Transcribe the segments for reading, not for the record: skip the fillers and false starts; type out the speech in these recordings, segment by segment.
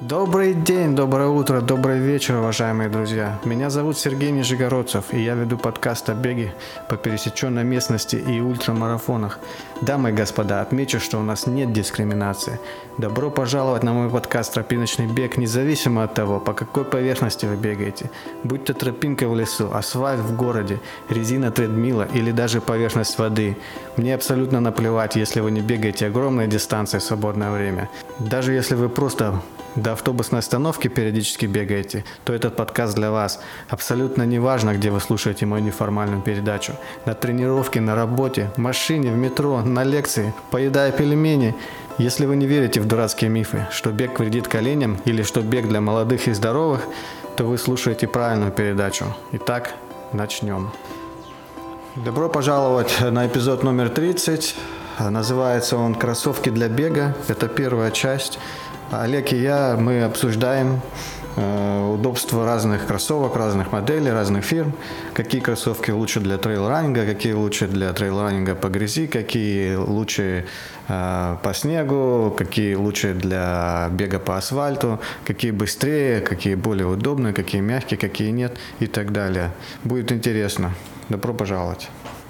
Добрый день, доброе утро, добрый вечер, уважаемые друзья. Меня зовут Сергей Нижегородцев, и я веду подкаст о беге по пересеченной местности и ультрамарафонах. Дамы и господа, отмечу, что у нас нет дискриминации. Добро пожаловать на мой подкаст «Тропиночный бег», независимо от того, по какой поверхности вы бегаете. Будь то тропинка в лесу, асфальт в городе, резина тредмила или даже поверхность воды. Мне абсолютно наплевать, если вы не бегаете огромные дистанции в свободное время. Даже если вы просто до автобусной остановки периодически бегаете, то этот подкаст для вас. Абсолютно не важно, где вы слушаете мою неформальную передачу. На тренировке, на работе, в машине, в метро, на лекции, поедая пельмени. Если вы не верите в дурацкие мифы, что бег вредит коленям или что бег для молодых и здоровых, то вы слушаете правильную передачу. Итак, начнем. Добро пожаловать на эпизод номер 30. Называется он «Кроссовки для бега». Это первая часть. Олег и я, мы обсуждаем удобства разных кроссовок, разных моделей, разных фирм. Какие кроссовки лучше для трейл-раннинга, какие лучше для трейл-раннинга по грязи, какие лучше по снегу, какие лучше для бега по асфальту, какие быстрее, какие более удобные, какие мягкие, какие нет и так далее. Будет интересно. Добро пожаловать.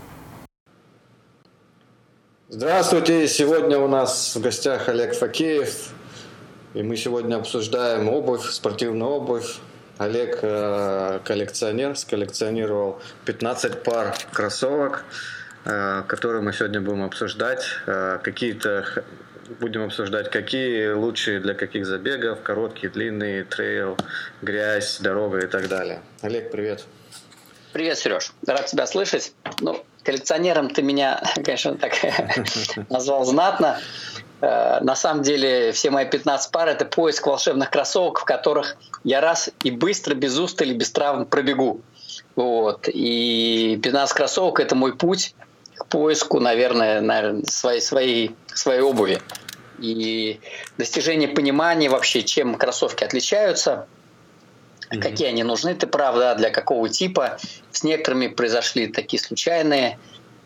Здравствуйте! Сегодня у нас в гостях Олег Факеев. И мы сегодня обсуждаем обувь, спортивную обувь. Олег коллекционер, сколлекционировал 15 пар кроссовок, которые мы сегодня будем обсуждать. Будем обсуждать, какие лучшие для каких забегов, короткие, длинные, трейл, грязь, дорога и так далее. Олег, привет. Привет, Сереж. Рад тебя слышать. Коллекционером ты меня, конечно, так назвал знатно. На самом деле все мои 15 пар – это поиск волшебных кроссовок, в которых я раз и быстро, без устали, без травм пробегу. И 15 кроссовок – это мой путь к поиску, наверное своей обуви. И достижение понимания вообще, чем кроссовки отличаются, какие они нужны, ты прав, да, для какого типа. С некоторыми произошли такие случайные,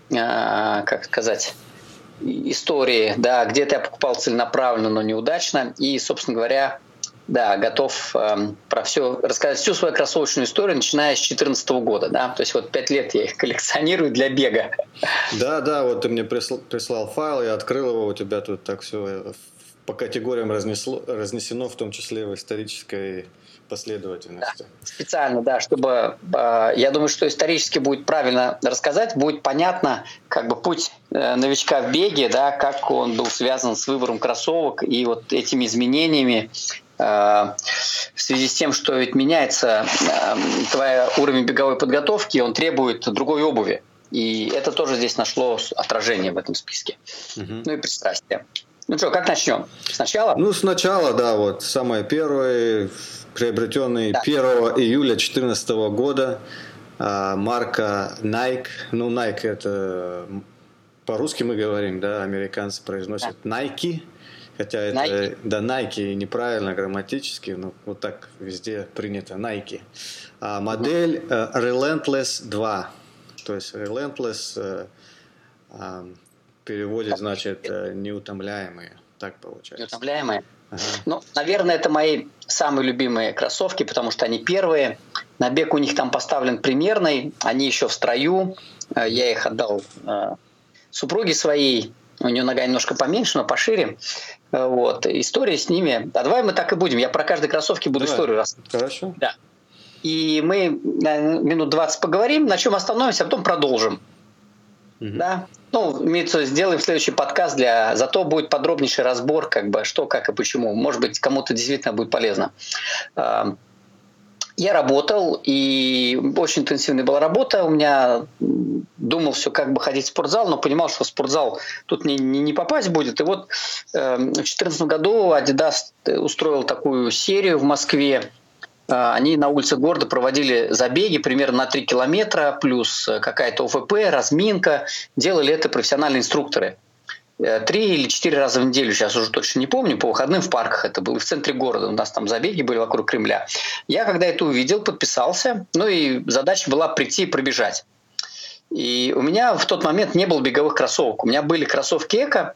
истории, да, где-то я покупал целенаправленно, но неудачно. И, собственно говоря, да, готов рассказать всю свою кроссовочную историю, начиная с 2014 года. Да? То есть 5 лет я их коллекционирую для бега. Да, вот ты мне прислал файл, я открыл его, у тебя тут так все по категориям разнесено, в том числе в исторической последовательности. Да, специально, да, чтобы, я думаю, что исторически будет правильно рассказать, будет понятно путь новичка в беге, да, как он был связан с выбором кроссовок и этими изменениями в связи с тем, что ведь меняется твой уровень беговой подготовки, он требует другой обуви. И это тоже здесь нашло отражение в этом списке. И пристрастие. Как начнем? Сначала? Сначала, да, самое первое, приобретенный 1 июля 2014 года, марка Nike. Nike это по-русски мы говорим, да, американцы произносят Nike, хотя это Nike. Да, Nike неправильно грамматически, но так везде принято Nike. Модель Relentless 2, то есть Relentless в переводе значит неутомляемые, так получается. Неутомляемые? Ага. Наверное, это мои самые любимые кроссовки, потому что они первые. Набег у них там поставлен примерный, они еще в строю. Я их отдал супруге своей. У нее нога немножко поменьше, но пошире. История с ними. А давай мы так и будем. Я про каждой кроссовке буду историю рассказывать. Хорошо. Да. И мы минут 20 поговорим, на чем остановимся, а потом продолжим. Да. Сделаем следующий подкаст, зато будет подробнейший разбор, что, как и почему. Может быть, кому-то действительно будет полезно. Я работал, и очень интенсивная была работа. У меня думал все, ходить в спортзал, но понимал, что в спортзал тут мне не попасть будет. И в 2014 году Adidas устроил такую серию в Москве. Они на улицах города проводили забеги примерно на 3 километра, плюс какая-то ОФП, разминка. Делали это профессиональные инструкторы. 3 или 4 раза в неделю, сейчас уже точно не помню, по выходным в парках это было, в центре города. У нас там забеги были вокруг Кремля. Я, когда это увидел, подписался. И задача была прийти и пробежать. И у меня в тот момент не было беговых кроссовок. У меня были кроссовки Эко,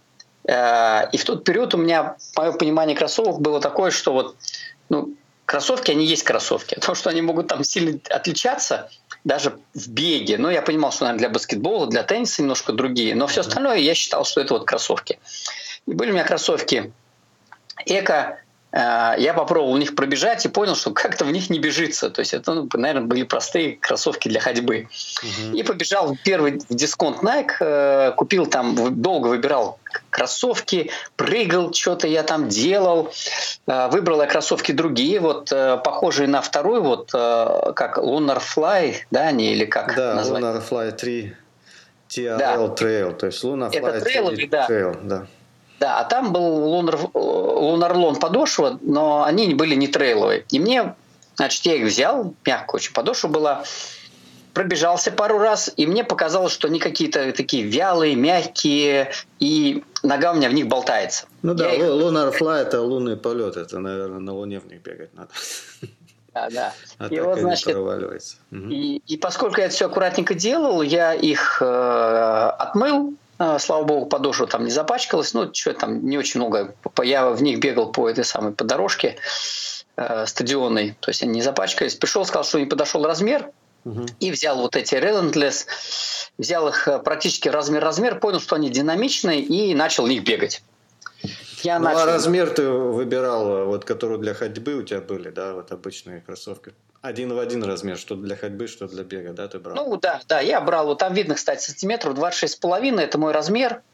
И в тот период у меня, мое понимание кроссовок было такое, что вот, ну, кроссовки, они есть кроссовки. То, что они могут там сильно отличаться, даже в беге. Ну, я понимал, что, наверное, для баскетбола, для тенниса немножко другие. Но все остальное я считал, что это вот кроссовки. И были у меня кроссовки Эко. Я попробовал в них пробежать и понял, что как-то в них не бежится. То есть это, наверное, были простые кроссовки для ходьбы. И побежал первый в дисконт Nike, купил там, долго выбирал кроссовки, прыгал, что-то я там делал. Выбрал я кроссовки другие, вот похожие на второй, вот как Lunar Fly, да, они или как назвать? Lunar Fly 3 TRL Trail, то есть Lunar Fly 3 Trail, да. Да, а там был Lunarlon подошва, но они были не трейловые. И мне, значит, я их взял, мягкая очень подошва была, пробежался пару раз, и мне показалось, что они какие-то такие вялые, мягкие, и нога у меня в них болтается. Ну да, Lunar Fly — это лунный полет, это, наверное, на Луне в них бегать надо. Да. А и так вот, они значит, проваливаются. И поскольку я это все аккуратненько делал, я их отмыл. Слава богу, подошва там не запачкалась. Ну, что там, не очень много. Я в них бегал по этой самой по дорожке стадионной. То есть они не запачкались. Пришел, сказал, что не подошел размер. И взял вот эти Relentless. Взял их практически размер. Понял, что они динамичные. И начал в них бегать. А размер ты выбирал, вот который для ходьбы у тебя были, да, вот обычные кроссовки? Один в один размер, что для ходьбы, что для бега, да, ты брал? Ну да, я брал, вот там видно, кстати, сантиметров 26,5, это мой размер,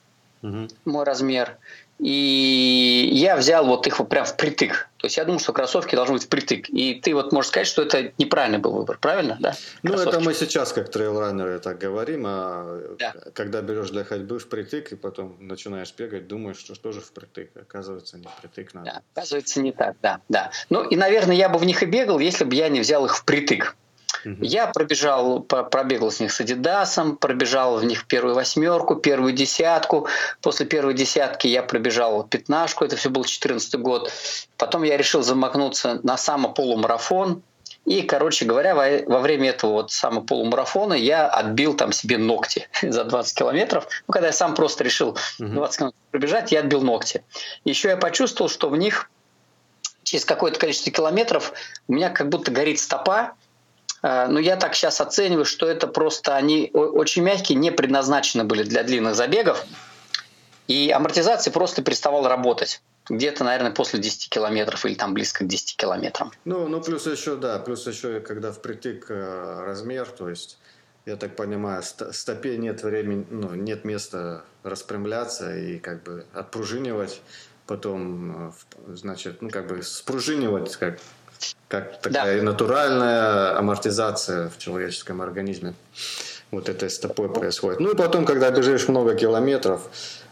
и я взял вот их вот прям впритык. То есть я думал, что кроссовки должны быть впритык. И ты вот можешь сказать, что это неправильный был выбор, правильно, да? Ну, это мы сейчас как трейлранеры так говорим, а когда берешь для ходьбы впритык и потом начинаешь бегать, думаешь, что тоже впритык. Оказывается, не впритык надо. Да, оказывается, не так, да. Ну, и, наверное, я бы в них и бегал, если бы я не взял их впритык. Я пробегал с них с Адидасом, пробежал в них первую восьмерку, первую десятку. После первой десятки я пробежал пятнашку, это все был 2014 год. Потом я решил замахнуться на самополумарафон. И, короче говоря, во время этого вот самополумарафона я отбил там себе ногти за 20 километров. Ну, когда я сам просто решил 20 километров пробежать, я отбил ногти. Еще я почувствовал, что в них через какое-то количество километров у меня как будто горит стопа. Но я так сейчас оцениваю, что это просто они очень мягкие, не предназначены были для длинных забегов. И амортизация просто переставала работать. Где-то, наверное, после 10 километров или там близко к 10 километрам. Ну плюс еще, когда впритык размер, то есть, я так понимаю, стопе нет времени, нет места распрямляться и как бы отпружинивать, потом, значит, спружинивать, как такая натуральная амортизация в человеческом организме. Вот этой стопой происходит. Ну и потом, когда бежишь много километров,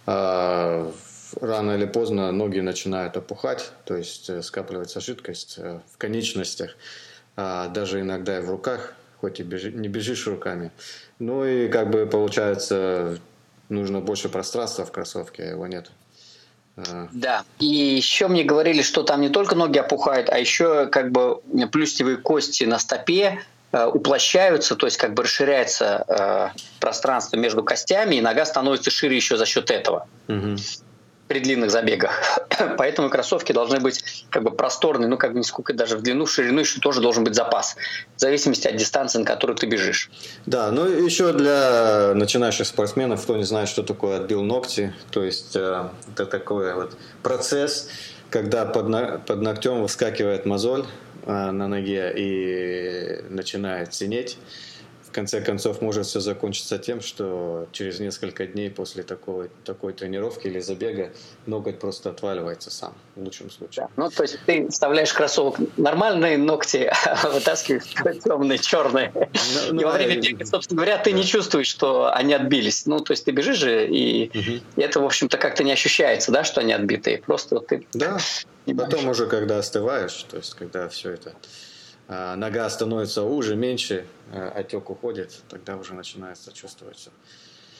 рано или поздно ноги начинают опухать, то есть скапливается жидкость в конечностях, даже иногда и в руках, хоть и не бежишь руками. Ну и как бы получается, нужно больше пространства в кроссовке, а его нет. Да, и еще мне говорили, что там не только ноги опухают, а еще как бы плюсневые кости на стопе уплощаются, то есть как бы расширяется пространство между костями, и нога становится шире еще за счет этого при длинных забегах. Поэтому кроссовки должны быть как бы просторные, ну как бы не сколько даже в длину, в ширину еще тоже должен быть запас, в зависимости от дистанции, на которую ты бежишь. Да, ну еще для начинающих спортсменов, кто не знает, что такое отбил ногти, то есть это такой вот процесс, когда под ногтем выскакивает мозоль на ноге и начинает синеть. В конце концов, может все закончиться тем, что через несколько дней после такой тренировки или забега ноготь просто отваливается сам, в лучшем случае. Да. Ну, то есть ты вставляешь кроссовок нормальные ногти, а вытаскиваешь темные, черные. И во время бега, собственно говоря, ты не чувствуешь, что они отбились. Ну, то есть ты бежишь же, и это, в общем-то, как-то не ощущается, да, что они отбитые. Просто вот ты... Да, потом уже, когда остываешь, то есть когда все это... нога становится уже, меньше, отек уходит, тогда уже начинается чувствовать все.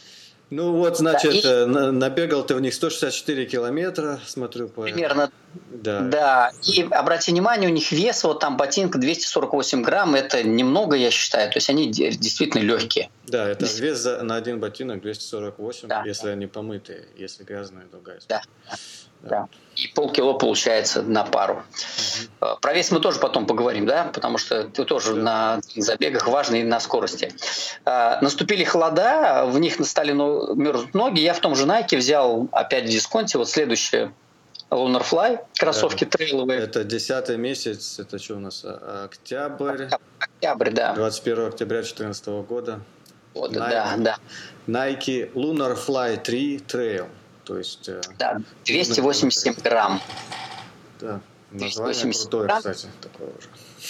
Ну вот, Да, значит, и набегал ты в них 164 километра, смотрю по... примерно, Да, да. И обрати внимание, у них вес, вот там ботинка 248 грамм, это немного, я считаю. То есть они действительно легкие. да, это Действительно, вес на один ботинок 248, да, если они помытые, если грязные, то грязь. да, Да. да. И полкило получается на пару. Мгм. Про вес мы тоже потом поговорим, да, потому что это тоже Да. на забегах важно и на скорости. Наступили холода, в них стали мерзнуть ноги. Я в том же Nike взял опять в дисконте вот следующее Lunar Fly, кроссовки Да. трейловые. Это 10 месяц, это что у нас, октябрь, Октябрь, да. 21 октября 2014 года. Вот, Nike, да, да. Nike Lunar Fly 3 Trail, то есть... Да, 287 грамм. Да, название 287 крутое, грамм. кстати, такое уже.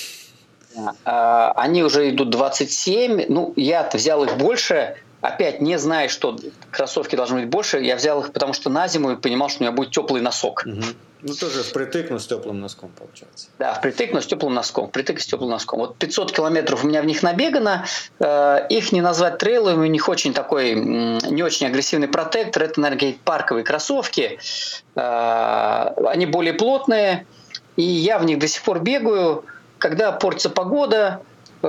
Они уже идут 27. Ну, я взял их больше. Опять не зная, что кроссовки должны быть больше, я взял их, потому что на зиму и понимал, что у меня будет теплый носок. Угу. Ну, тоже впритык, но с теплым носком получается. Да, впритык, но с теплым носком. Впритык с теплым носком. Вот 500 километров у меня в них набегано. Их не назвать трейлами, у них очень такой, не очень агрессивный протектор. Это, наверное, какие-то парковые кроссовки. Они более плотные. И я в них до сих пор бегаю. Когда портится погода,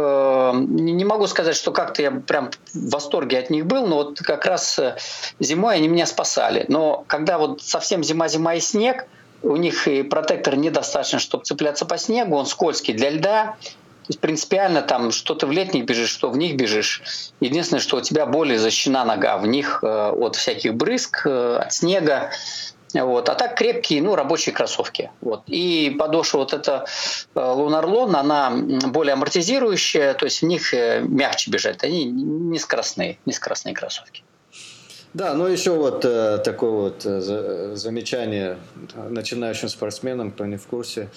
не могу сказать, что как-то я прям в восторге от них был, но вот как раз зимой они меня спасали. Но когда вот совсем зима и снег, у них и протектор недостаточно, чтобы цепляться по снегу, он скользкий для льда. То есть принципиально там что ты в летних бежишь, что в них бежишь. Единственное, что у тебя более защищена нога в них от всяких брызг, от снега. Вот. А так крепкие, ну, рабочие кроссовки. Вот. И подошва вот эта Lunarlon, она более амортизирующая, то есть в них мягче бежать. Они не скоростные кроссовки. Да, ну еще вот такое вот замечание начинающим спортсменам, кто не в курсе.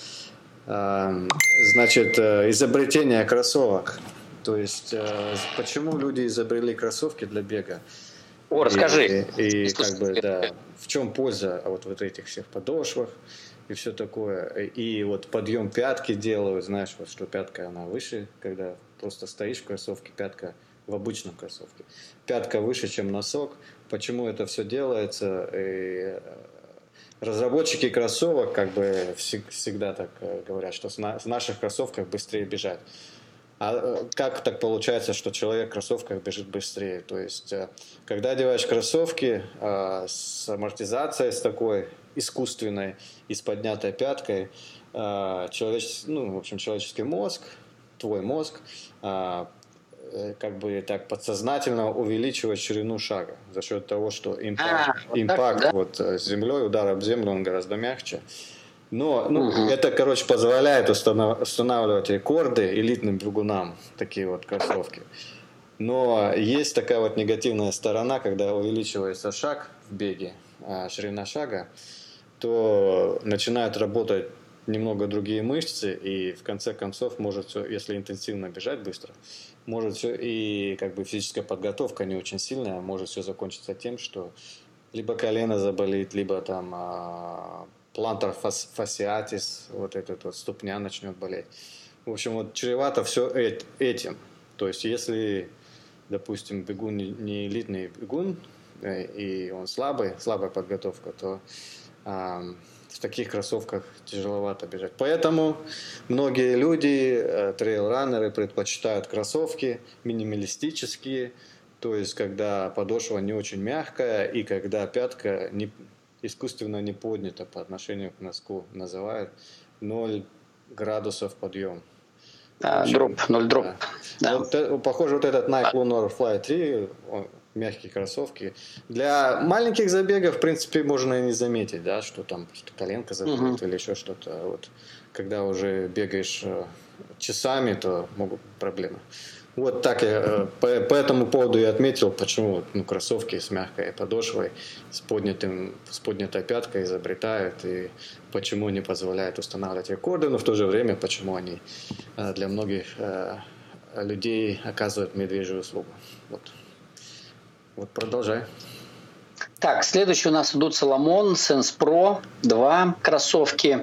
Значит, изобретение кроссовок. То есть, почему люди изобрели кроссовки для бега? О, расскажи. И как бы, да, в чем польза вот этих всех подошвах и все такое. И вот подъем пятки делают, знаешь, вот что пятка, она выше, когда просто стоишь в кроссовке, пятка в обычном кроссовке. Пятка выше, чем носок. Почему это все делается? И разработчики кроссовок как бы всегда так говорят, что в наших кроссовках быстрее бежать. А как так получается, что человек в кроссовках бежит быстрее? То есть, когда одеваешь кроссовки с амортизацией, с такой искусственной и с поднятой пяткой, человеческий мозг, твой мозг, как бы так подсознательно увеличивает ширину шага за счет того, что импакт вот с землей, удар об землю, он гораздо мягче. Но это, короче, позволяет устанавливать рекорды элитным бегунам, такие вот кроссовки. Но есть такая вот негативная сторона, когда увеличивается шаг в беге, ширина шага, то начинают работать немного другие мышцы, и в конце концов может все, если интенсивно бежать быстро, может все, и как бы физическая подготовка не очень сильная, может все закончиться тем, что либо колено заболит, либо там плантар фасциатис, вот этот вот ступня начнет болеть. В общем, вот чревато все этим. То есть, если, допустим, бегун не элитный бегун, и он слабая подготовка, то в таких кроссовках тяжеловато бежать. Поэтому многие люди, трейл-раннеры, предпочитают кроссовки минималистические, то есть, когда подошва не очень мягкая и когда пятка искусственно не поднята по отношению к носку, называют 0 градусов подъем. Дроп, 0 дроп. Да. Вот, похоже, вот этот Nike Lunar Fly 3, мягкие кроссовки. Для маленьких забегов, в принципе, можно и не заметить, да, что там коленка заходит или еще что-то. Вот, когда уже бегаешь часами, то могут быть проблемы. Вот так я по этому поводу я отметил, почему кроссовки с мягкой подошвой, с поднятой пяткой изобретают, и почему не позволяют устанавливать рекорды, но в то же время, почему они для многих людей оказывают медвежью услугу. Вот продолжай. Так, следующие у нас идут Salomon Sense Pro 2 кроссовки.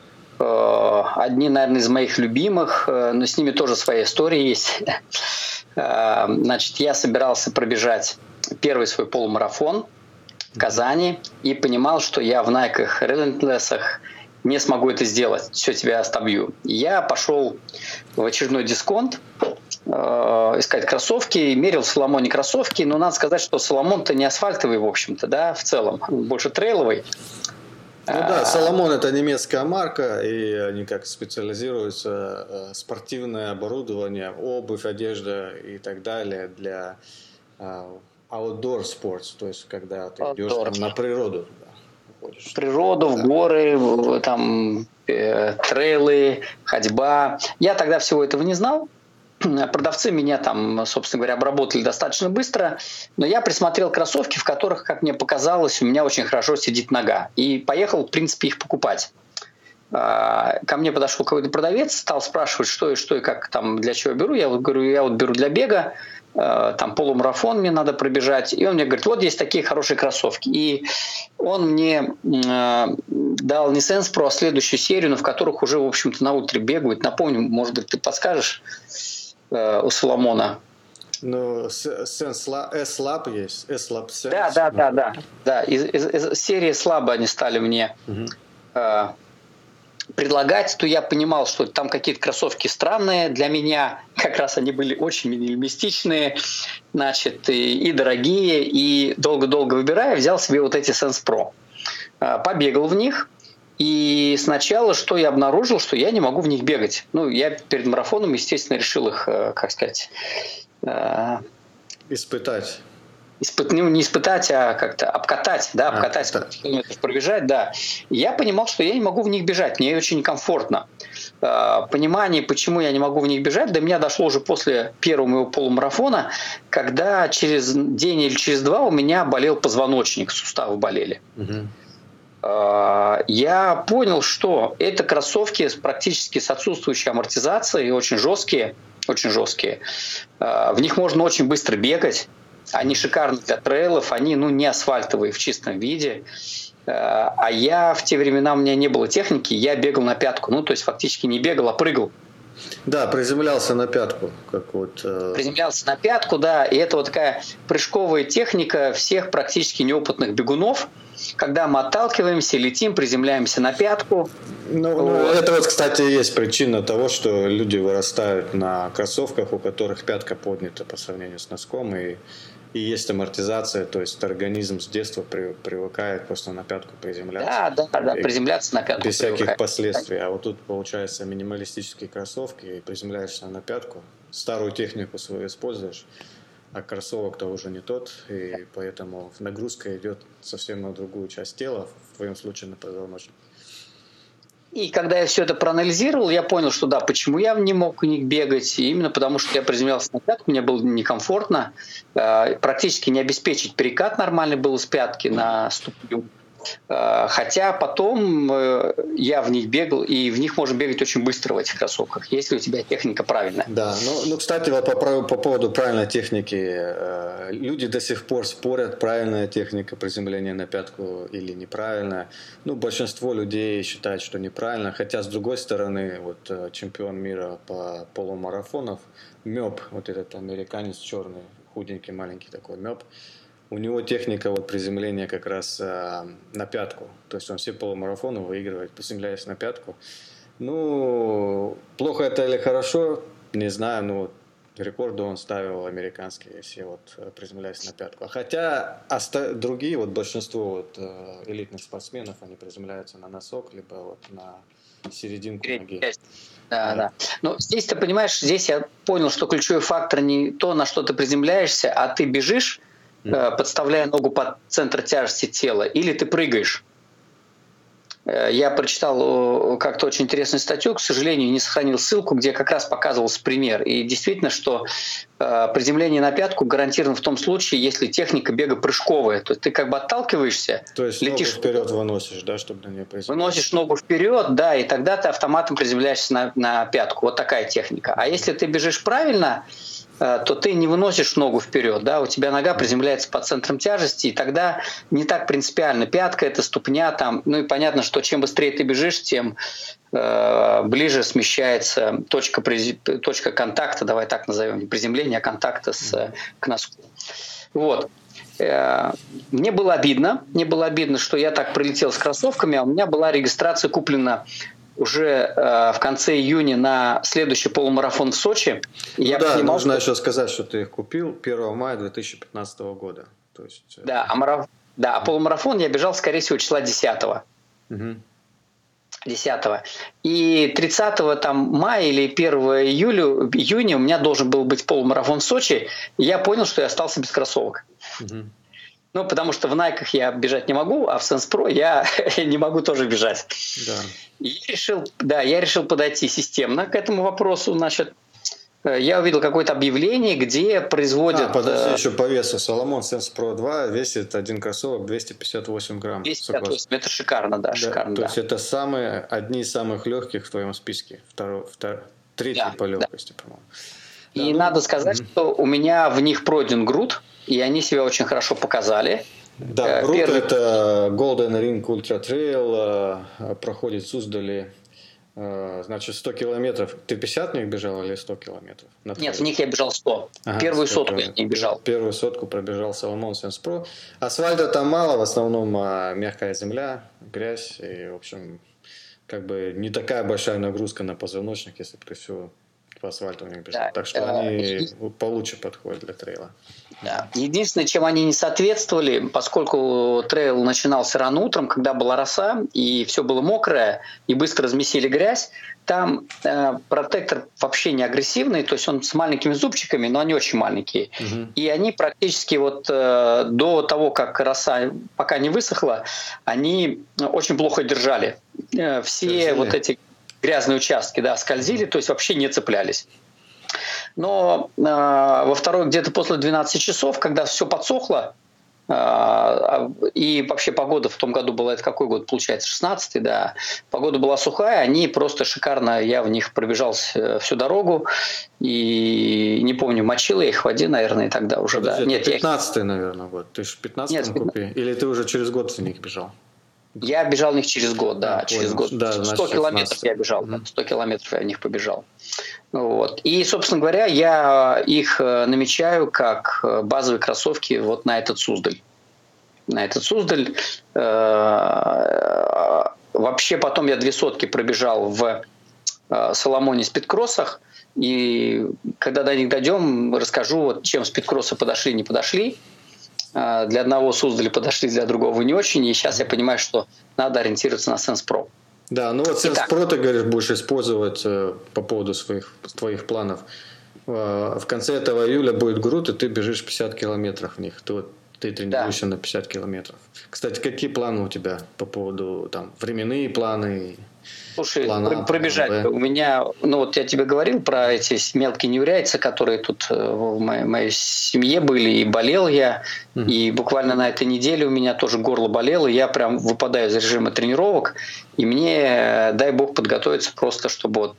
Одни, наверное, из моих любимых, но с ними тоже своя история есть. Значит, я собирался пробежать первый свой полумарафон в Казани и понимал, что я в Найках Relentless'ах не смогу это сделать, все, тебя отобью. Я пошел в очередной дисконт искать кроссовки, мерил в Соломоне кроссовки, но надо сказать, что Соломон-то не асфальтовый, в общем-то, да, в целом, больше трейловый. Ну да, Соломон это немецкая марка, и они как специализируются спортивное оборудование, обувь, одежда и так далее для outdoor sports, то есть когда ты идешь там, на природу. В природу, в горы, там трейлы, ходьба. Я тогда всего этого не знал. Продавцы меня там, собственно говоря, обработали достаточно быстро, но я присмотрел кроссовки, в которых, как мне показалось, у меня очень хорошо сидит нога. И поехал, в принципе, их покупать. Ко мне подошел какой-то продавец, стал спрашивать, что и как, там, для чего я беру. Я вот говорю, я вот беру для бега, там полумарафон мне надо пробежать. И он мне говорит, вот есть такие хорошие кроссовки. И он мне дал не Sense Pro, а следующую серию, но в которых уже, в общем-то, на ультре бегают. Напомню, может быть, ты подскажешь, у Соломона. Ну, S-Lab есть, S-Lab Sense. Да. Из серии слабо они стали мне предлагать, то я понимал, что там какие-то кроссовки странные. Для меня как раз они были очень минималистичные, значит, и дорогие. И долго-долго выбирая, взял себе вот эти Sense Pro. Побегал в них. И сначала, что я обнаружил, что я не могу в них бегать. Ну, я перед марафоном, естественно, решил их, как сказать... Испытать. Не испытать, а как-то обкатать, да, обкатать, сколько километров пробежать, да. И я понимал, что я не могу в них бежать, мне очень некомфортно. Понимание, почему я не могу в них бежать, до меня дошло уже после первого моего полумарафона, когда через день или через два у меня болел позвоночник, суставы болели. Я понял, что это кроссовки практически с отсутствующей амортизацией, очень жесткие. В них можно очень быстро бегать. Они шикарны для трейлов, они не асфальтовые в чистом виде. А я в те времена, у меня не было техники, я бегал на пятку. Ну, то есть фактически не бегал, а прыгал. Да, приземлялся на пятку. Приземлялся на пятку, да. И это вот такая прыжковая техника всех практически неопытных бегунов. Когда мы отталкиваемся, летим, приземляемся на пятку. Это вот, кстати, есть причина того, что люди вырастают на кроссовках, у которых пятка поднята по сравнению с носком, и есть амортизация, то есть организм с детства привыкает просто на пятку приземляться. Да, приземляться на пятку. Без всяких последствий. А вот тут, получается, минималистические кроссовки, и приземляешься на пятку, старую технику свою используешь, а кроссовок-то уже не тот, и поэтому нагрузка идет совсем на другую часть тела, в твоем случае на позвоночник. И когда я все это проанализировал, я понял, что да, почему я не мог у них бегать, и именно потому, что я приземлялся на пятку, мне было некомфортно, практически не обеспечить перекат нормальный был с пятки на ступню. Хотя потом я в них бегал, и в них можно бегать очень быстро в этих кроссовках, если у тебя техника правильная. Да, кстати, вот по поводу правильной техники, люди до сих пор спорят, правильная техника приземления на пятку или неправильная. Большинство людей считают, что неправильно, хотя с другой стороны, вот чемпион мира по полумарафонов, Мёб, вот этот американец черный, худенький, маленький такой Мёб, у него техника приземления как раз на пятку. То есть он все полумарафоны выигрывает, приземляясь на пятку. Плохо это или хорошо, не знаю, рекорды он ставил американские, если приземляясь на пятку. Хотя другие, большинство элитных спортсменов, они приземляются на носок, либо на серединку ноги. Да. Но здесь, ты понимаешь, здесь я понял, что ключевой фактор не то, на что ты приземляешься, а ты бежишь, подставляя ногу под центр тяжести тела, или ты прыгаешь. Я прочитал как-то очень интересную статью, к сожалению, не сохранил ссылку, где как раз показывался пример. И действительно, что приземление на пятку гарантировано в том случае, если техника бега прыжковая. То есть ты как бы отталкиваешься, то есть летишь ногу вперед выносишь, да, чтобы на нее приземляться. Выносишь ногу вперед, да, и тогда ты автоматом приземляешься на пятку. Вот такая техника. А если ты бежишь правильно, то ты не выносишь ногу вперед, да, у тебя нога приземляется под центром тяжести, и тогда не так принципиально. Пятка – это ступня, там, и понятно, что чем быстрее ты бежишь, тем ближе смещается точка контакта, давай так назовем, не приземления, а контакта к носку. Вот. Мне было обидно, что я так прилетел с кроссовками, а у меня была регистрация куплена уже в конце июня на следующий полумарафон в Сочи. И я понимал, нужно еще сказать, что ты их купил 1 мая 2015 года. То есть, да, а полумарафон я бежал, скорее всего, числа 10-го. Угу. 10-го. И 30 там, мая или 1 июня у меня должен был быть полумарафон в Сочи, и я понял, что я остался без кроссовок. Угу. Ну, потому что в Найках я бежать не могу, а в Sense Pro я не могу тоже бежать. Да. И я решил подойти системно к этому вопросу. Значит, я увидел какое-то объявление, где производят... подожди, еще по весу. Salomon Sense Pro 2 весит один кроссовок 258 грамм. 258, это шикарно, да, шикарно. То есть это одни из самых легких в твоем списке. Третий по легкости, по-моему. И надо сказать, что у меня в них пройден груд, и они себя очень хорошо показали. Да, груд это Golden Ring Ultra Trail, проходит в Суздале. Значит, 100 километров. Ты 50 в них бежал или 100 километров? Нет, в них я бежал 100. Первую сотку я в них бежал. Первую сотку пробежал Salomon Sense Pro. Асфальта там мало, в основном мягкая земля, грязь. И, в общем, как бы не такая большая нагрузка на позвоночник, если ты все по асфальту у них бежал. Да, так что они получше подходят для трейла. Да. Единственное, чем они не соответствовали, поскольку трейл начинался рано утром, когда была роса, и все было мокрое, и быстро размесили грязь, там протектор вообще не агрессивный, то есть он с маленькими зубчиками, но они очень маленькие. Угу. И они практически до того, как роса пока не высохла, они очень плохо держали. Все вот эти грязные участки, да, скользили, то есть вообще не цеплялись. Но во второй, где-то после 12 часов, когда все подсохло, и вообще погода в том году была, это какой год получается, 16-й, да, погода была сухая, они просто шикарно, я в них пробежал всю дорогу, и не помню, мочил я их в воде, наверное, и тогда уже, да. Нет, 15-й, наверное, год, ты же в 15-м купил, или ты уже через год в них бежал? Я бежал в них через год, да, через год. Да, 100 километров я бежал, 100 километров я в них побежал. Вот. И, собственно говоря, я их намечаю как базовые кроссовки вот на этот Суздаль. Вообще потом я 2 сотки пробежал в Соломоне спидкроссах. И когда до них дойдем, расскажу, чем спидкроссы подошли, не подошли. Для одного Суздаля подошли, для другого не очень. И сейчас я понимаю, что надо ориентироваться на Sense Pro. Да, ну вот Sense Pro, ты говоришь, будешь использовать по поводу твоих планов. В конце этого июля будет груд, и ты бежишь 50 километров в них. Ты тренируешься на 50 километров. Кстати, какие планы у тебя по поводу временные планы? Слушай, пробежать. У меня, вот я тебе говорил про эти мелкие неурядицы, которые тут в моей семье были, и болел я, и буквально на этой неделе у меня тоже горло болело, и я прям выпадаю из режима тренировок, и мне, дай бог, подготовиться просто, чтобы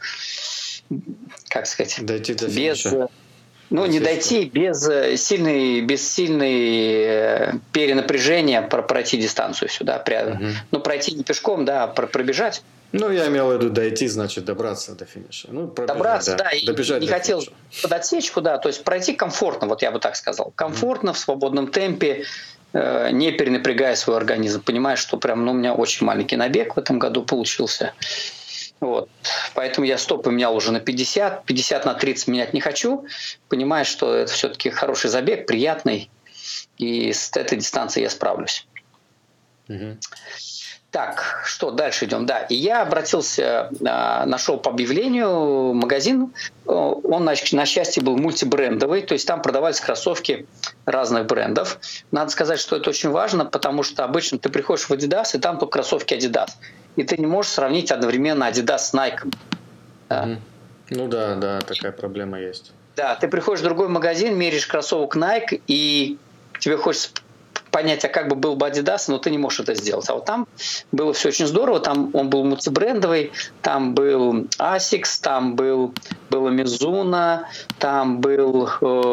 как сказать, дойти до финиша. Не дойти без сильной перенапряжения, пройти дистанцию сюда. Но пройти не пешком, да, пробежать. Я имел в виду дойти, значит, добраться до финиша. Добраться, да. И не хотел под отсечку, да, то есть пройти комфортно, вот я бы так сказал. Комфортно, в свободном темпе, не перенапрягая свой организм. Понимаешь, что прям, у меня очень маленький набег в этом году получился. Вот. Поэтому я 100 поменял уже на 50, 50 на 30 менять не хочу. Понимаю, что это все-таки хороший забег, приятный, и с этой дистанцией я справлюсь. Угу. Так, что дальше идем? Да, и я обратился, нашел по объявлению магазин, он, на счастье, был мультибрендовый, то есть там продавались кроссовки разных брендов. Надо сказать, что это очень важно, потому что обычно ты приходишь в Adidas, и там только кроссовки Adidas. И ты не можешь сравнить одновременно Adidas с Nike. Да. Да, такая проблема есть. Да, ты приходишь в другой магазин, меряешь кроссовок Nike, и тебе хочется понять, а как бы был бы Adidas, но ты не можешь это сделать. А вот там было все очень здорово, там он был мультибрендовый, там был Asics, там было Mizuno, там был...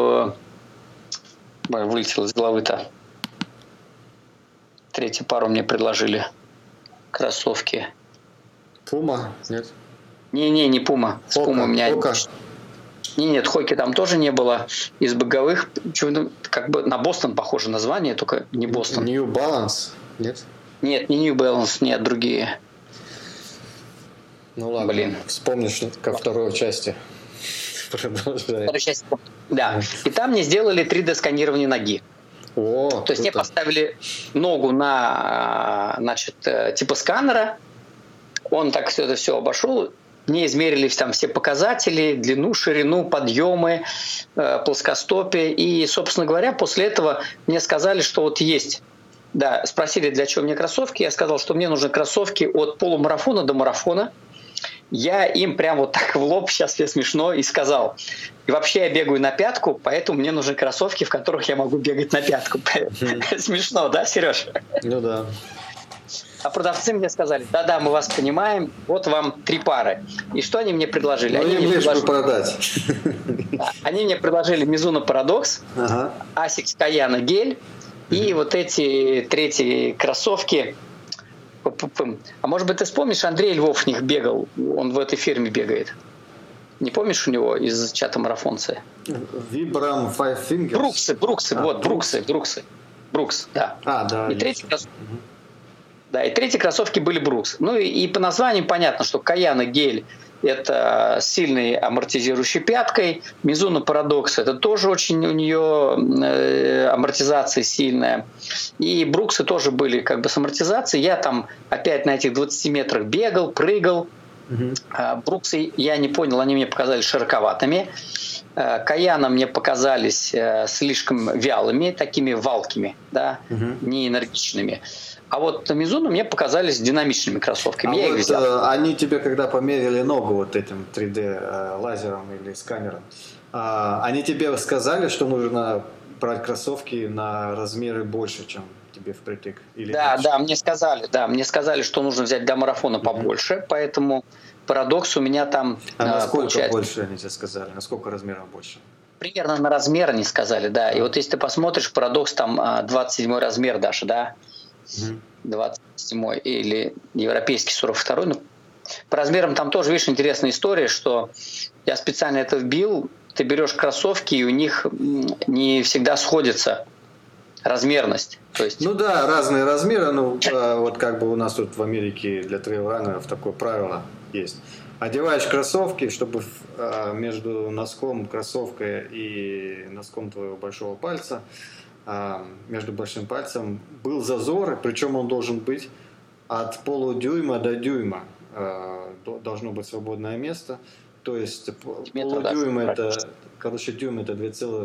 вылетел из головы-то. Третью пару мне предложили. Кроссовки. Пума? Нет? Не Пума. С Пумой у меня... Нет, Хоки там тоже не было. Из беговых, как бы на Бостон похоже название, только не Бостон. New Balance, нет? Нет, не New Balance, нет, другие. Ну ладно, блин. Вспомнишь ко второй части. Продолжай. Да, и там мне сделали 3D-сканирование ноги. О, то есть мне поставили ногу на, значит, типа сканера, он так все это все обошел, мне измерили там все показатели, длину, ширину, подъемы, плоскостопие, и, собственно говоря, после этого мне сказали, что вот есть, да, спросили, для чего мне кроссовки, я сказал, что мне нужны кроссовки от полумарафона до марафона. Я им прям вот так в лоб, сейчас мне смешно, и сказал, и вообще я бегаю на пятку, поэтому мне нужны кроссовки, в которых я могу бегать на пятку. Смешно, да, Сереж? Ну да. А продавцы мне сказали, да-да, мы вас понимаем, вот вам 3 пары. И что они мне предложили? Ну, им лишь бы продать. Они мне предложили Mizuno Paradox, Asics Kayana гель и вот эти третьи кроссовки. А может быть, ты вспомнишь, Андрей Львов в них бегал, он в этой фирме бегает. Не помнишь у него из чата марафонцы? Vibram Five Fingers. Брукс, да. Да. И третьи кроссовки были Брукс. Ну и по названию понятно, что Kayana гель – это сильной амортизирующей пяткой. Mizuno Paradox – это тоже очень у нее амортизация сильная. И Бруксы тоже были как бы с амортизацией. Я там опять на этих 20 метрах бегал, прыгал. Бруксы, я не понял, они мне показались широковатыми. Kayana мне показались слишком вялыми, такими валкими, да, не энергичными. А вот Mizuno мне показались динамичными кроссовками. Я их взял. Они тебе, когда померили ногу вот этим 3D лазером или сканером, они тебе сказали, что нужно брать кроссовки на размеры больше, чем тебе впритык? Или мне сказали, что нужно взять для марафона побольше, поэтому парадокс у меня там насколько больше они тебе сказали? Насколько размеров больше? Примерно на размер они сказали, да. И вот если ты посмотришь, парадокс там 27 размер даже, да. 27 или европейский 42. Ну, по размерам там тоже, видишь, интересная история, что я специально это вбил, ты берешь кроссовки, и у них не всегда сходится размерность. То есть... Ну да, разные размеры. Ну, вот как бы у нас тут в Америке для трейлранеров такое правило есть. Одеваешь кроссовки, чтобы между носком кроссовка и носком твоего большого пальца, между большим пальцем был зазор, причем он должен быть от полудюйма до дюйма. Должно быть свободное место. То есть полудюйм это, дюйм это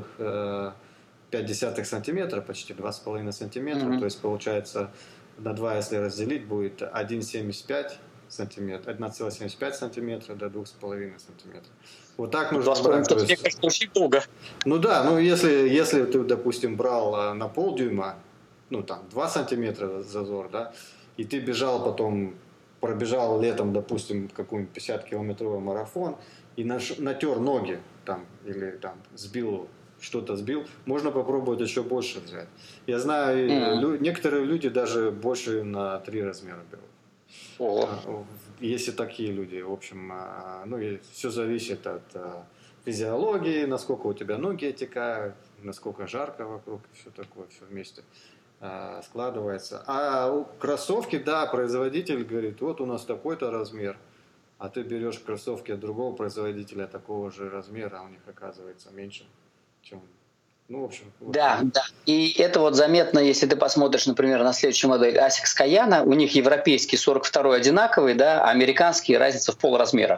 2,5 сантиметра, почти 2,5 сантиметра. То есть получается на 2, если разделить, будет 1,75 сантиметра, 1,75 сантиметра до 2,5 сантиметра. Вот так нужно брать. Мне кажется, очень долго. Ну да, ну если ты, допустим, брал на полдюйма, ну там 2 сантиметра зазор, да, и ты бежал потом, пробежал летом, допустим, какой-нибудь 50-километровый марафон и натер ноги там, или там что-то сбил, можно попробовать еще больше взять. Я знаю, некоторые люди даже больше на 3 размера берут. Есть и такие люди, в общем, ну и все зависит от физиологии, насколько у тебя ноги отекают, насколько жарко вокруг, все такое, все вместе складывается. А кроссовки, да, производитель говорит, вот у нас такой-то размер, а ты берешь кроссовки от другого производителя такого же размера, а у них оказывается меньше, чем... Ну, в общем, да. И это вот заметно, если ты посмотришь, например, на следующую модель Asics Kayana, у них европейский 42 одинаковый, да, а американский разница в полразмера.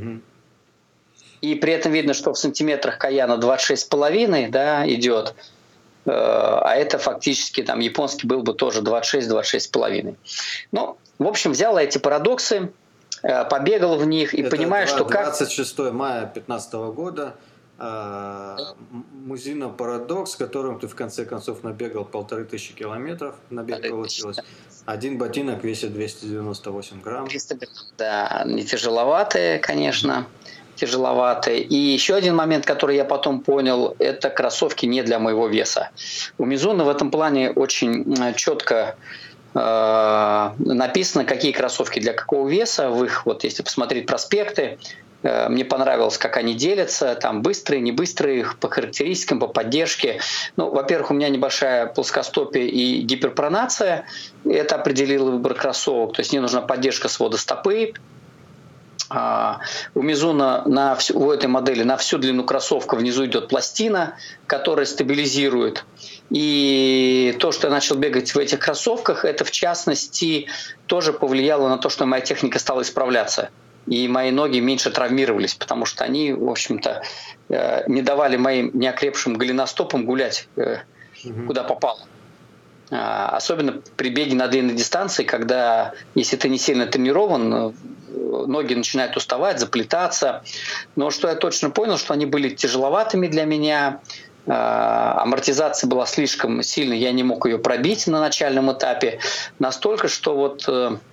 И при этом видно, что в сантиметрах Kayana 26,5, да, идет, а это фактически там японский был бы тоже 26,5. Ну, в общем, взял эти парадоксы, побегал в них и понимаю, что как... 26 мая 2015 года Mizuno Paradox, с которым ты в конце концов набегал 1500 километров, набег получилось. Один ботинок весит 298 грамм. Да, не тяжеловатые, конечно, тяжеловатые. И еще один момент, который я потом понял, это кроссовки не для моего веса. У Mizuno в этом плане очень четко написано, какие кроссовки для какого веса. В их, вот если посмотреть проспекты, Мне понравилось, как они делятся, там быстрые, не быстрые, по характеристикам, по поддержке. Ну, во-первых, у меня небольшая плоскостопие и гиперпронация. Это определило выбор кроссовок. То есть мне нужна поддержка свода стопы. У Mizuno у этой модели на всю длину кроссовка внизу идет пластина, которая стабилизирует. И то, что я начал бегать в этих кроссовках, это в частности тоже повлияло на то, что моя техника стала исправляться. И мои ноги меньше травмировались, потому что они, в общем-то, не давали моим неокрепшим голеностопам гулять куда попало. Особенно при беге на длинной дистанции, когда, если ты не сильно тренирован, ноги начинают уставать, заплетаться. Но что я точно понял, что они были тяжеловатыми для меня, амортизация была слишком сильной, я не мог ее пробить на начальном этапе. Настолько, что вот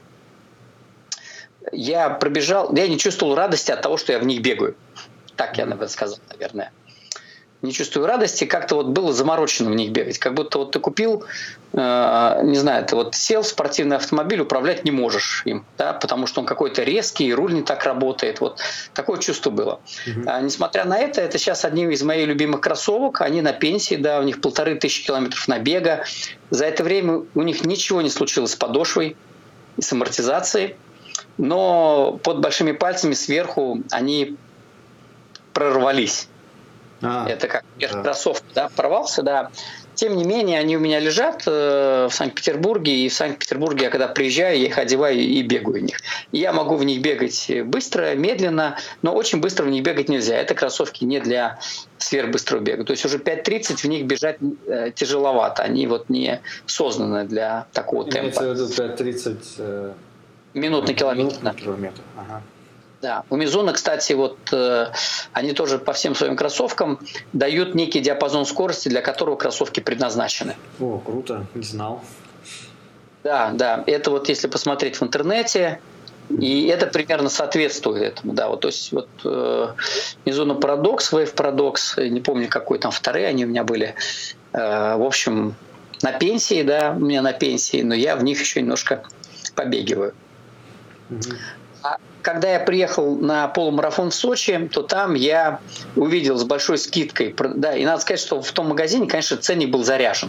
я пробежал, я не чувствовал радости от того, что я в них бегаю. Так я бы сказал, наверное. Не чувствую радости, как-то вот было заморочено в них бегать. Как будто вот ты купил, не знаю, ты вот сел в спортивный автомобиль, управлять не можешь им, да, потому что он какой-то резкий, руль не так работает. Вот такое чувство было. Несмотря на это сейчас одни из моих любимых кроссовок, они на пенсии, да, у них 1500 километров набега. За это время у них ничего не случилось с подошвой и с амортизацией. Но под большими пальцами сверху они прорвались. Это как кроссовка, да, порвался, да. Тем не менее, они у меня лежат в Санкт-Петербурге, и в Санкт-Петербурге я когда приезжаю, я их одеваю и бегаю в них. И я могу в них бегать быстро, медленно, но очень быстро в них бегать нельзя. Это кроссовки не для сверхбыстрого бега. То есть уже 5:30 в них бежать тяжеловато. Они вот не созданы для такого темпа. 5:30 минут на километр. Ага. Да. У Mizuno, кстати, вот они тоже по всем своим кроссовкам дают некий диапазон скорости, для которого кроссовки предназначены. О, круто, не знал. Да, да. Это вот если посмотреть в интернете, и это примерно соответствует этому, да. Вот, то есть вот Mizuno Paradox, Wave Paradox, не помню, какой там вторые они у меня были. В общем, на пенсии, да, у меня на пенсии, но я в них еще немножко побегиваю. А когда я приехал на полумарафон в Сочи, то там я увидел с большой скидкой, да, и надо сказать, что в том магазине, конечно, ценник был заряжен.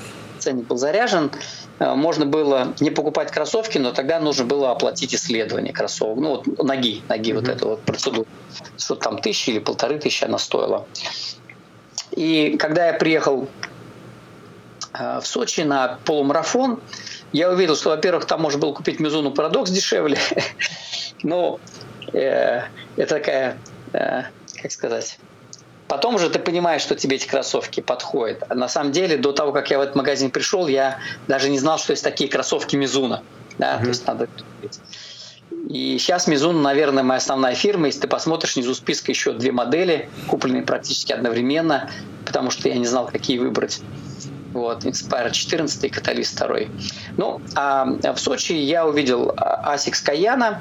Можно было не покупать кроссовки, но тогда нужно было оплатить исследование кроссовок. Ну, вот ноги вот эту вот процедуру. Что-то там 1000 или 1500 она стоила. И когда я приехал в Сочи на полумарафон, я увидел, что, во-первых, там можно было купить Mizuno Paradox дешевле. Но это такая, как сказать... Потом уже ты понимаешь, что тебе эти кроссовки подходят. А на самом деле, до того, как я в этот магазин пришел, я даже не знал, что есть такие кроссовки Mizuno. Да? То есть надо... И сейчас Mizuno, наверное, моя основная фирма. Если ты посмотришь, внизу списка еще 2 модели, купленные практически одновременно, потому что я не знал, какие выбрать. Вот, Inspire 14 и Catalyst 2. Ну, а в Сочи я увидел Asics Kayana.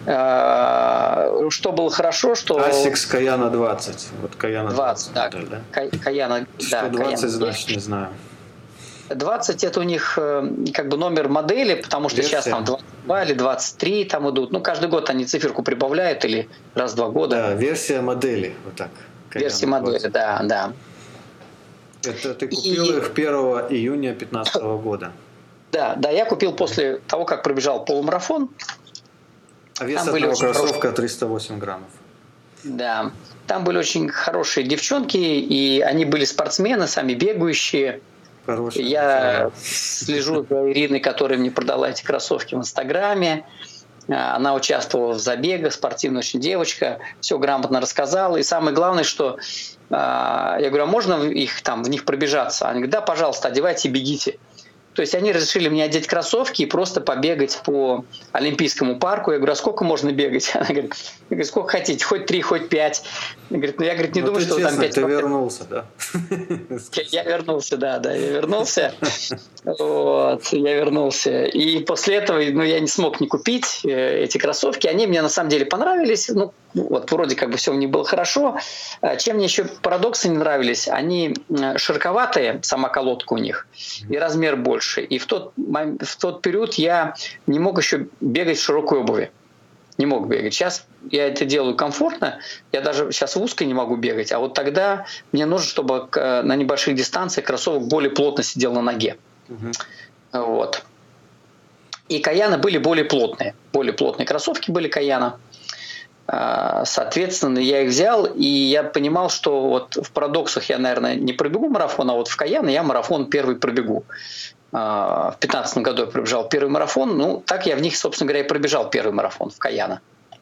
Что было хорошо, что... Asics Kayana 20. Вот Kayana 20, да. модель, да? Kayana, что 20, Kayana. значит, не знаю. 20 это у них как бы номер модели, потому что версия. Сейчас там 22 или 23 там идут. Ну, каждый год они циферку прибавляют или раз в 2 года. Да, версия модели, вот так. Версия модели, да. Это ты купил их 1 июня 2015 года. Да, я купил после того, как пробежал полумарафон. А вес одного кроссовка 308 граммов. Да, там были очень хорошие девчонки, и они были спортсмены, сами бегающие. Хорошие. Я слежу за Ириной, которая мне продала эти кроссовки в Инстаграме. Она участвовала в забегах, спортивная очень девочка, все грамотно рассказала. И самое главное, что я говорю, а можно в них пробежаться? Они говорят, да, пожалуйста, одевайте и бегите. То есть они разрешили мне одеть кроссовки и просто побегать по Олимпийскому парку. Я говорю, а сколько можно бегать? Она говорит, сколько хотите, хоть 3, хоть 5. Я говорю, не думаю, что честно, там 5. Ты вернулся, да? Я вернулся, да, я вернулся. Вот, я вернулся. И после этого я не смог не купить эти кроссовки. Они мне на самом деле понравились. Ну, вот вроде как бы все у них было хорошо. Чем мне еще парадоксы не нравились, они широковатые, сама колодка у них, и размер больше. И в тот период я не мог еще бегать в широкой обуви. Не мог бегать. Сейчас я это делаю комфортно. Я даже сейчас в узкой не могу бегать. А вот тогда мне нужно, чтобы на небольших дистанциях кроссовок более плотно сидел на ноге. Вот. И Каяны были более плотные. Более плотные кроссовки были Каяна. Соответственно, я их взял, и я понимал, что вот в парадоксах я, наверное, не пробегу марафон, а вот в Каяне я марафон первый пробегу. В 2015 году я пробежал первый марафон. Ну, так я в них, собственно говоря, и пробежал первый марафон в Каяна.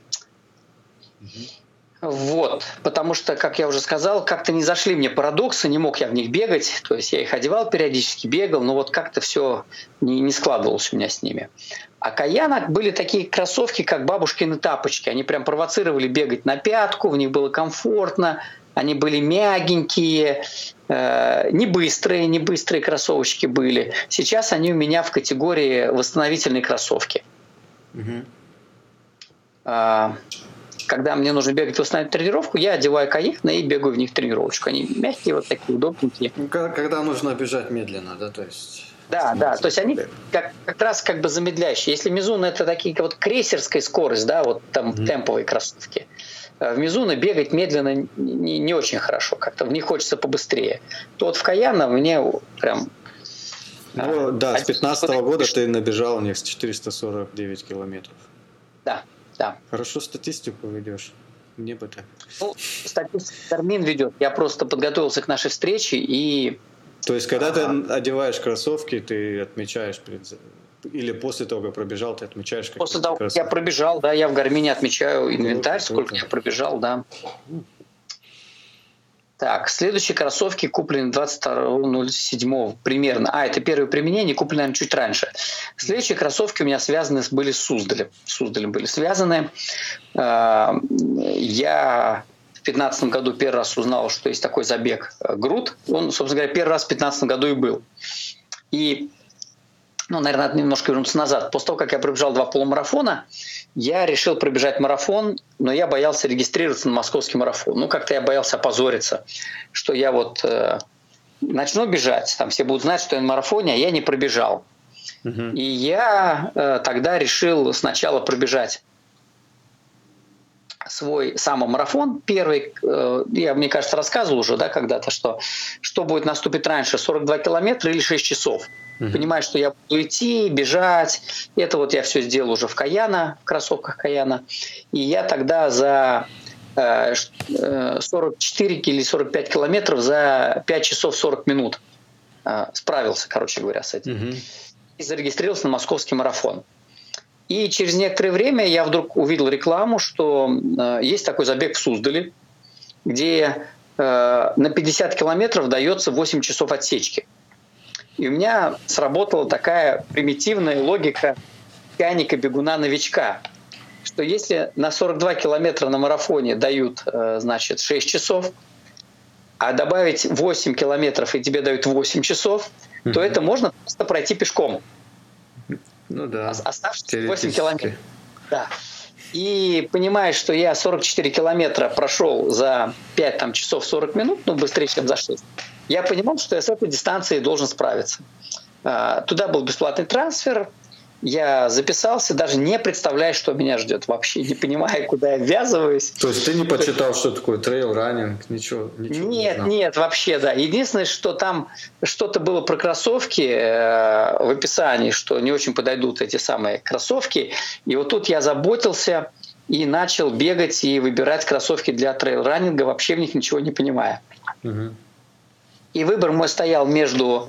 Вот, потому что, как я уже сказал, как-то не зашли мне парадоксы, не мог я в них бегать. То есть я их одевал периодически, бегал, но вот как-то все не складывалось у меня с ними. А Каяна были такие кроссовки, как бабушкины тапочки. Они прям провоцировали бегать на пятку, в них было комфортно, они были мягенькие, не быстрые кроссовочки были. Сейчас они у меня в категории восстановительные кроссовки. Когда мне нужно бегать восстановить тренировку, я одеваю Каяны и бегаю в них тренировочку. Они мягкие, вот такие удобненькие. Когда нужно бежать медленно, да, то есть... Да, то есть они как раз как бы замедляющие. Если Мизуно это такие вот крейсерская скорость, да, вот там темповые кроссовки. В Мизуно бегать медленно не очень хорошо, как-то в них хочется побыстрее. То вот в Каяна мне прям... Ну да, с 2015 года ты набежал у них с 449 километров. Да. Хорошо статистику ведешь. Мне бы так. Ну, статистику Гармин ведет. Я просто подготовился к нашей встрече и... То есть, когда ты одеваешь кроссовки, ты отмечаешь или после того, как пробежал, ты отмечаешь... После того, как я пробежал, да, я в Гармине отмечаю инвентарь, сколько я пробежал, да. Так, следующие кроссовки куплены 22.07 примерно. Это первое применение, куплены, наверное, чуть раньше. Следующие кроссовки у меня были с Суздалем. С Суздалем были связаны. Я в 2015 году первый раз узнал, что есть такой забег Грут. Он, собственно говоря, первый раз в 2015 году и был. И, наверное, надо немножко вернуться назад. После того, как я пробежал 2 полумарафона, я решил пробежать марафон, но я боялся регистрироваться на московский марафон. Как-то я боялся опозориться, что я вот начну бежать, там все будут знать, что я на марафоне, а я не пробежал. И я тогда решил сначала пробежать свой самомарафон первый. Я, мне кажется, рассказывал уже, да, когда-то, что будет наступить раньше, 42 километра или 6 часов. Понимаю, что я буду идти, бежать. Это вот я все сделал уже в Каяна, в кроссовках Каяна. И я тогда за 44 или 45 километров за 5 часов 40 минут справился, короче говоря, с этим. И зарегистрировался на московский марафон. И через некоторое время я вдруг увидел рекламу, что есть такой забег в Суздале, где на 50 километров дается 8 часов отсечки. И у меня сработала такая примитивная логика механика-бегуна-новичка, что если на 42 километра на марафоне дают, 6 часов, а добавить 8 километров и тебе дают 8 часов, то это можно просто пройти пешком. Ну да. Оставшиеся 8 километров. Да. И понимаешь, что я 44 километра прошел за 5 часов 40 минут, быстрее, чем за 6, я понимал, что я с этой дистанцией должен справиться. Туда был бесплатный трансфер, я записался, даже не представляя, что меня ждет, вообще не понимая, куда я ввязываюсь. То есть ты не почитал, что такое трейл-раннинг, ничего Нет, вообще, да. Единственное, что там что-то было про кроссовки в описании, что не очень подойдут эти самые кроссовки. И вот тут я заботился и начал бегать и выбирать кроссовки для трейл-раннинга, вообще в них ничего не понимая. И выбор мой стоял между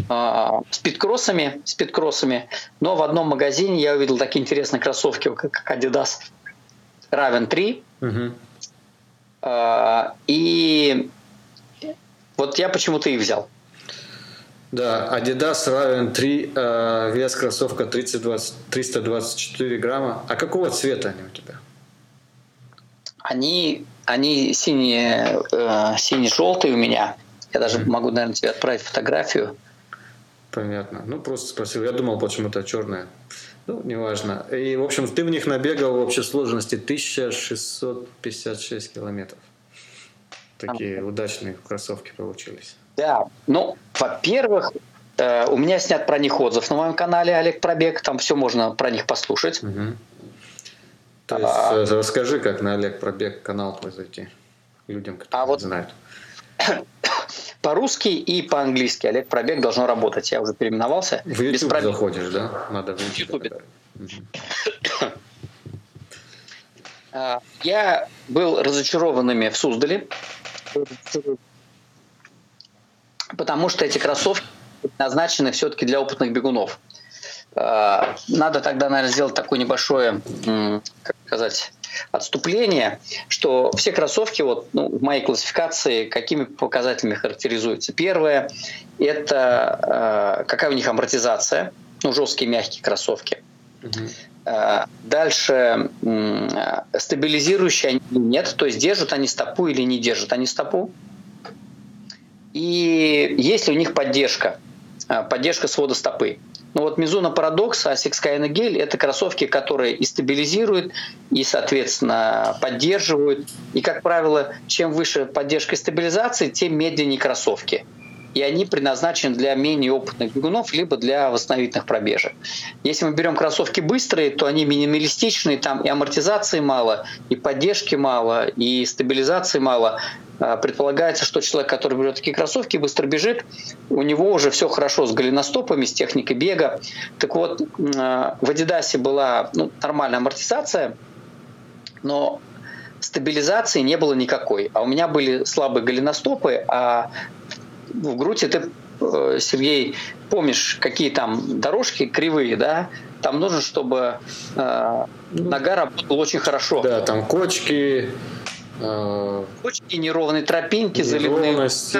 спидкроссами, но в одном магазине я увидел такие интересные кроссовки, как Adidas Raven 3. И вот я почему-то их взял. Да, Adidas Raven 3, вес кроссовка 324 грамма. А какого цвета они у тебя? Они сине-желтые у меня. Я даже могу, наверное, тебе отправить фотографию. Понятно. Просто спросил. Я думал, почему-то черная. Неважно. И, в общем, ты в них набегал в общей сложности 1656 километров. Такие удачные кроссовки получились. Да. Во-первых, у меня снят про них отзыв на моем канале Олег Пробег. Там все можно про них послушать. То есть расскажи, как на Олег Пробег канал твой зайти людям, которые вот знают. По-русски и по-английски Олег Пробег должно работать. Я уже переименовался. В YouTube заходишь, да? Надо в YouTube. Я был разочарован ими в Суздале, потому что эти кроссовки предназначены все-таки для опытных бегунов. Надо тогда, наверное, сделать такое небольшое, как сказать, отступление, что все кроссовки в моей классификации какими показателями характеризуются. Первое – это какая у них амортизация, жесткие мягкие кроссовки. Дальше стабилизирующие они нет, то есть держат они стопу или не держат они стопу. И есть ли у них поддержка свода стопы. Mizuno Paradox, Asics Kayano Gel – это кроссовки, которые и стабилизируют, и, соответственно, поддерживают. И, как правило, чем выше поддержка и стабилизации, тем медленнее кроссовки. И они предназначены для менее опытных бегунов, либо для восстановительных пробежек. Если мы берем кроссовки быстрые, то они минималистичные, там и амортизации мало, и поддержки мало, и стабилизации мало. Предполагается, что человек, который берет такие кроссовки, быстро бежит, у него уже все хорошо с голеностопами, с техникой бега. Так вот, в Adidas была нормальная амортизация, но стабилизации не было никакой. А у меня были слабые голеностопы, а в груди ты, Сергей, помнишь, какие там дорожки кривые, да? Там нужно, чтобы нога работала очень хорошо. Да, там кочки, неровные тропинки, заливные.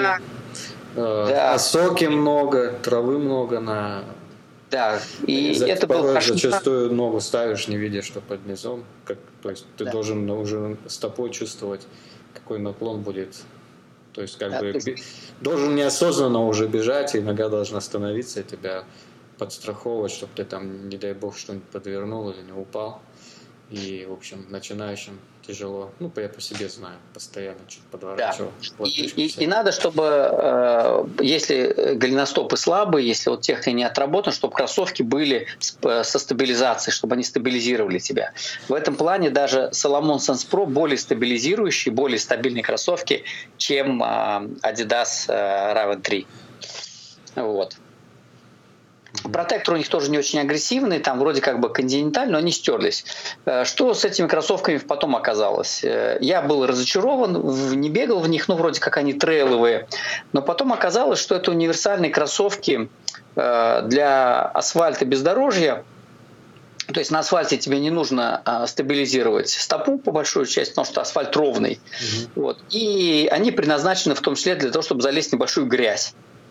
Осоки много, травы много на. Да, и это было зачастую ногу ставишь, не видя, что под низом. То есть ты должен уже стопой чувствовать, какой наклон будет. То есть должен неосознанно уже бежать, и нога должна становиться, и тебя подстраховывать, чтобы ты там, не дай бог, что-нибудь подвернул или не упал. И, в общем, начинающим тяжело. Я по себе знаю, постоянно что-то подворачивал. Да. И надо, чтобы, если голеностопы слабые, если техника не отработана, чтобы кроссовки были со стабилизацией, чтобы они стабилизировали тебя. В этом плане даже Salomon Sense Pro более стабилизирующие, более стабильные кроссовки, чем Adidas Raven 3. Вот. Протектор у них тоже не очень агрессивный, там вроде как бы континенталь, но они стерлись. Что с этими кроссовками потом оказалось? Я был разочарован, не бегал в них, вроде как они трейловые, но потом оказалось, что это универсальные кроссовки для асфальта бездорожья. То есть на асфальте тебе не нужно стабилизировать стопу по большой части, потому что асфальт ровный. Вот. И они предназначены в том числе для того, чтобы залезть в небольшую грязь.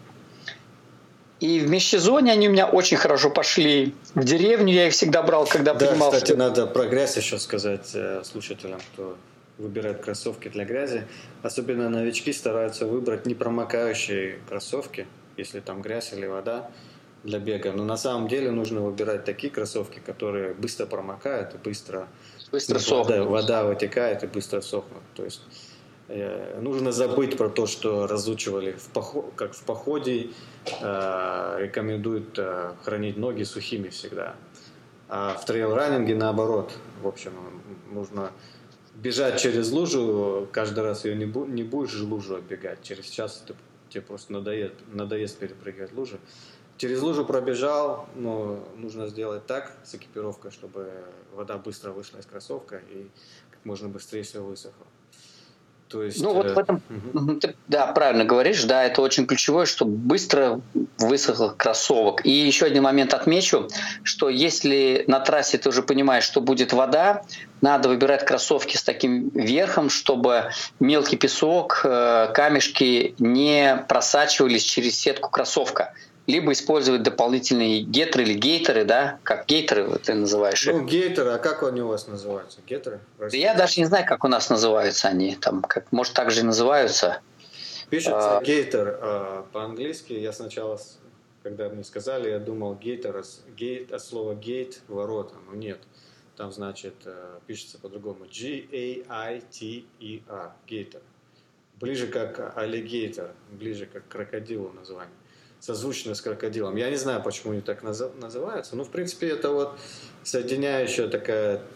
И в межсезонье они у меня очень хорошо пошли. В деревню я их всегда брал, когда понимал, кстати, надо про грязь еще сказать слушателям, кто выбирает кроссовки для грязи. Особенно новички стараются выбрать непромокающие кроссовки, если там грязь или вода для бега. Но на самом деле нужно выбирать такие кроссовки, которые быстро промокают и быстро сохнут. Вода вытекает и быстро сохнут. То есть нужно забыть про то, что разучивали как в походе, рекомендуют хранить ноги сухими всегда. А в трейл-раннинге наоборот. В общем, нужно бежать через лужу, каждый раз ее не будешь же лужу оббегать. Через час тебе просто надоест перепрыгивать лужи. Через лужу пробежал, но нужно сделать так с экипировкой, чтобы вода быстро вышла из кроссовка и как можно быстрее все высохло. То есть, в этом, ты, правильно говоришь, это очень ключевое, чтобы быстро высох кроссовок. И еще один момент отмечу, что если на трассе ты уже понимаешь, что будет вода, надо выбирать кроссовки с таким верхом, чтобы мелкий песок, камешки не просачивались через сетку кроссовка. Либо использовать дополнительные гетры или гейтеры, как гейтеры ты называешь их. Гейтеры, а как они у вас называются? Гейтеры? Я даже не знаю, как у нас называются они. Может, так же и называются. Пишется гейтер по-английски. Я сначала, когда мне сказали, я думал гейтер, от слова гейт, ворота. Но нет. Там, значит, пишется по-другому. G-A-I-T-E-R. Гейтер. Ближе как аллигейтор. Ближе как крокодилу название. Созвучно с крокодилом. Я не знаю, почему они так называются, но в принципе это соединяющая такая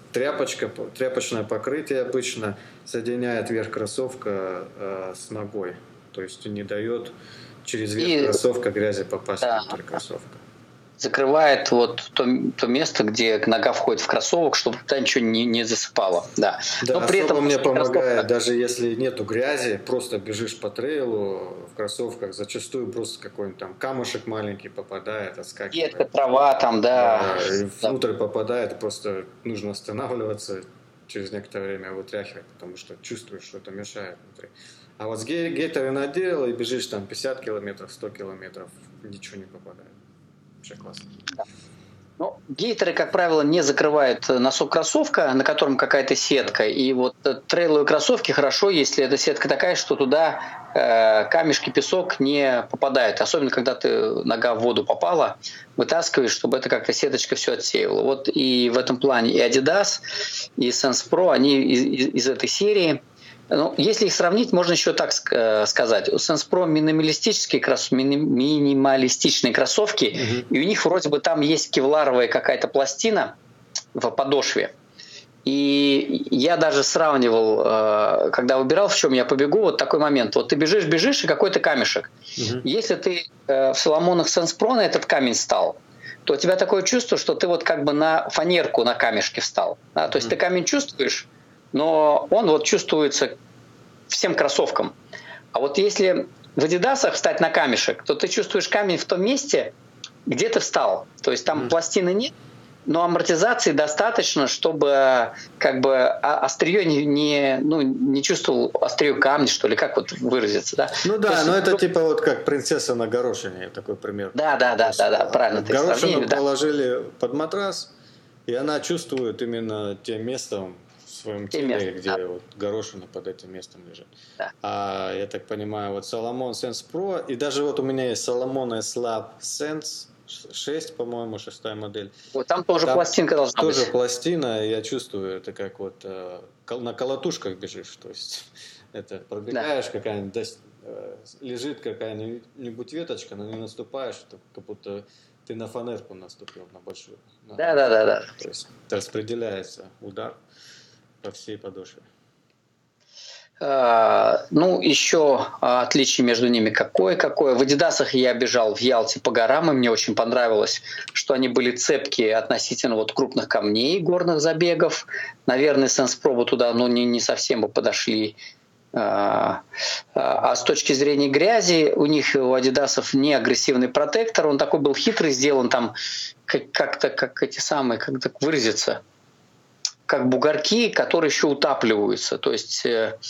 тряпочное покрытие обычно соединяет верх кроссовка с ногой. То есть не дает через верх кроссовка грязи попасть внутрь кроссовка. Закрывает вот то место, где нога входит в кроссовок, чтобы туда ничего не засыпало. Да. Но при этом мне помогает, даже если нету грязи, просто бежишь по трейлу в кроссовках, зачастую просто какой-нибудь там камушек маленький попадает, отскакивает. Ветка, трава там, да. И внутрь попадает, просто нужно останавливаться, через некоторое время вытряхивать, потому что чувствуешь, что это мешает внутри. А вот с гейтеры надел и бежишь там 50 километров, 100 километров, ничего не попадает. Вообще классно. Ну, гейтеры, как правило, не закрывают носок кроссовка, на котором какая-то сетка. И вот трейловые кроссовки хорошо, если эта сетка такая, что туда камешки, песок не попадают. Особенно, когда нога в воду попала, вытаскиваешь, чтобы это как-то сеточка все отсеивала. Вот и в этом плане и Adidas, и Sense Pro, они из этой серии. Ну, если их сравнить, можно еще так сказать. У Sense Pro минималистичные кроссовки, и у них вроде бы там есть кевларовая какая-то пластина в подошве. И я даже сравнивал, когда выбирал, в чем я побегу, вот такой момент. Вот ты бежишь, и какой-то камешек. Если ты в Соломонах Sense Pro на этот камень встал, то у тебя такое чувство, что ты вот как бы на фанерку, на камешке встал. Да? То есть ты камень чувствуешь, но он вот чувствуется всем кроссовкам. А вот если в Адидасах встать на камешек, то ты чувствуешь камень в том месте, где ты встал. То есть там пластины нет, но амортизации достаточно, чтобы как бы острие не чувствовал острие камня, что ли, как вот выразиться, да? Ну да, но это типа вот как принцесса на горошине, такой пример. Да, правильно ты горошину положили под матрас, и она чувствует именно тем местом в своем теле, где вот горошина под этим местом лежит. Да. А я так понимаю, вот Salomon Sense Pro, и даже вот у меня есть Salomon S-Lab Sense 6, по-моему, 6-я модель. Вот там тоже пластинка должна быть. Тоже пластина, я чувствую, это как вот на колотушках бежишь, то есть это пробегаешь, какая-нибудь, лежит какая-нибудь веточка, но не наступаешь, это как будто ты на фанерку наступил, на большую. Да. То есть распределяется удар по всей подошве. Ну, еще отличие между ними какое. В Адидасах я бежал в Ялте по горам, и мне очень понравилось, что они были цепкие относительно вот крупных камней, горных забегов. Наверное, Sense Pro туда не совсем бы подошли. А с точки зрения грязи, у них, у Адидасов, не агрессивный протектор, он такой был хитрый, сделан там как эти самые, как так выразиться, как бугорки, которые еще утапливаются. То есть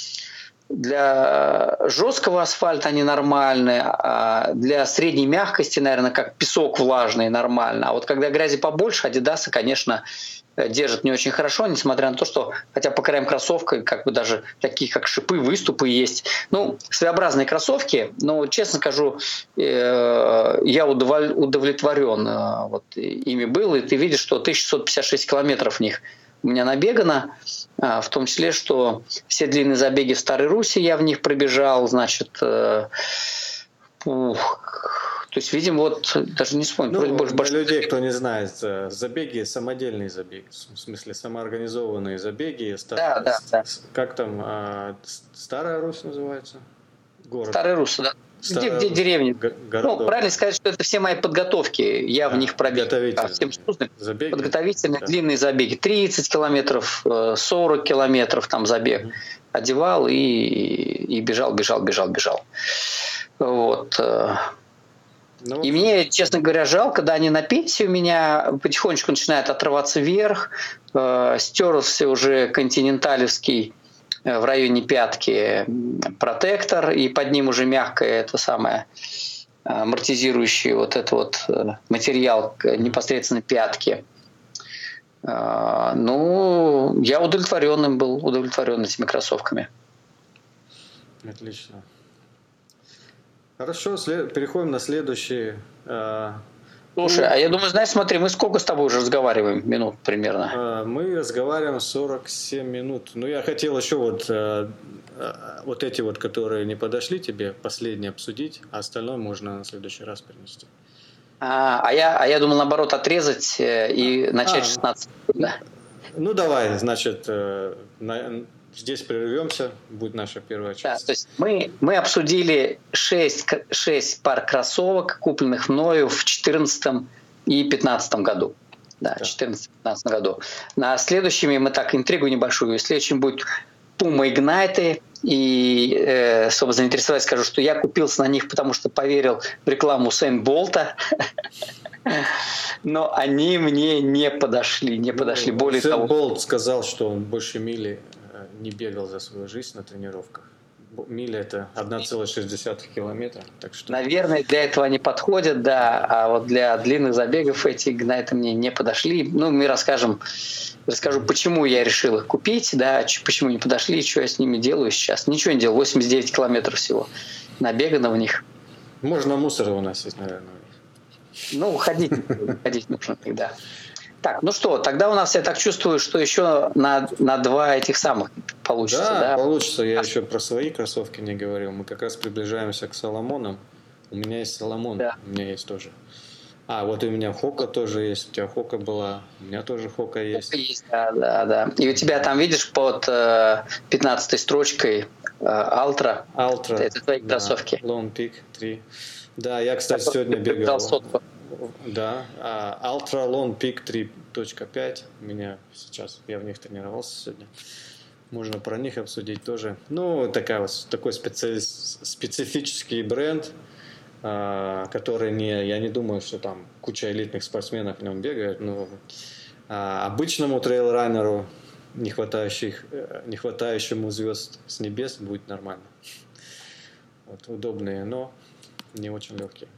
для жесткого асфальта они нормальные, а для средней мягкости, наверное, как песок влажный, нормально. А вот когда грязи побольше, Адидасы, конечно, держат не очень хорошо, несмотря на то, что, хотя по краям кроссовка как бы даже такие, как шипы, выступы есть. Ну, своеобразные кроссовки, но, честно скажу, я удовлетворен вот ими был, и ты видишь, что 1656 километров в них у меня набегано, в том числе, что все длинные забеги в Старой Руси я в них пробежал, значит, то есть, видимо, вот даже не вспомню. Для людей, кто не знает, забеги, самодельные забеги, в смысле самоорганизованные забеги. Да. Как там, Старая Русь называется? Город. Старая Русь, да. Где деревни? Ну, правильно сказать, что это все мои подготовки. Я в них пробег. Подготовительные длинные забеги. 30 километров, 40 километров там забег. Одевал и бежал. Вот. И мне, честно говоря, жалко, да, они на пенсии у меня потихонечку начинают отрываться вверх. Стерся уже континенталевский в районе пятки протектор, и под ним уже мягкое это самое амортизирующий вот этот вот материал непосредственно пятки. Ну, я удовлетворен этими кроссовками. Отлично. Хорошо, переходим на следующий. Слушай, а я думаю, знаешь, смотри, мы сколько с тобой уже разговариваем? Минут примерно? Мы разговариваем 47 минут. Ну, я хотел еще вот эти вот, которые не подошли тебе, последние обсудить, а остальное можно на следующий раз перенести. А я думал, наоборот, отрезать и начать 16 минут, да? Ну, давай, значит, здесь прервемся, будет наша первая Да, часть. то есть мы обсудили 6 пар кроссовок, купленных мною в 2014 и 2015 году. Да, в 2014-2015 году. На следующими мы так интригу небольшую. Следующим будет Puma Ignite. И, чтобы заинтересовать, скажу, что я купился на них, потому что поверил в рекламу Усейн Болта. Но они мне не подошли. Более того, Болт сказал, что он больше мили не бегал за свою жизнь на тренировках. Миля — это 1,6 километра. Так что... Наверное, для этого они подходят, да. А вот для длинных забегов эти Ignite мне не подошли. Ну, мы расскажу, почему я решил их купить, да, почему не подошли, что я с ними делаю сейчас. Ничего не делал, 89 километров всего набегано в них. Можно мусор выносить, наверное. Ну, ходить нужно тогда. Так, ну что, тогда у нас, я так чувствую, что еще на 2 этих самых получится, да? Да, получится. Я еще про свои кроссовки не говорил. Мы как раз приближаемся к Соломонам. У меня есть Соломон, да. У меня есть тоже. А, вот у меня Хока тоже есть. У тебя Хока была, у меня тоже Хока есть. Да. И у тебя там, видишь, под 15-й строчкой Ultra. Это твои кроссовки. Lone Peak 3. Да, я, кстати, сегодня бегал. Да, Ultra Lone Peak 3.5. У меня сейчас, я в них тренировался сегодня. Можно про них обсудить тоже. Ну, такой специфический бренд, который я не думаю, что там куча элитных спортсменов в нем бегает, но обычному трейлранеру, не хватающему звезд с небес, будет нормально. Вот, удобные, но не очень легкие.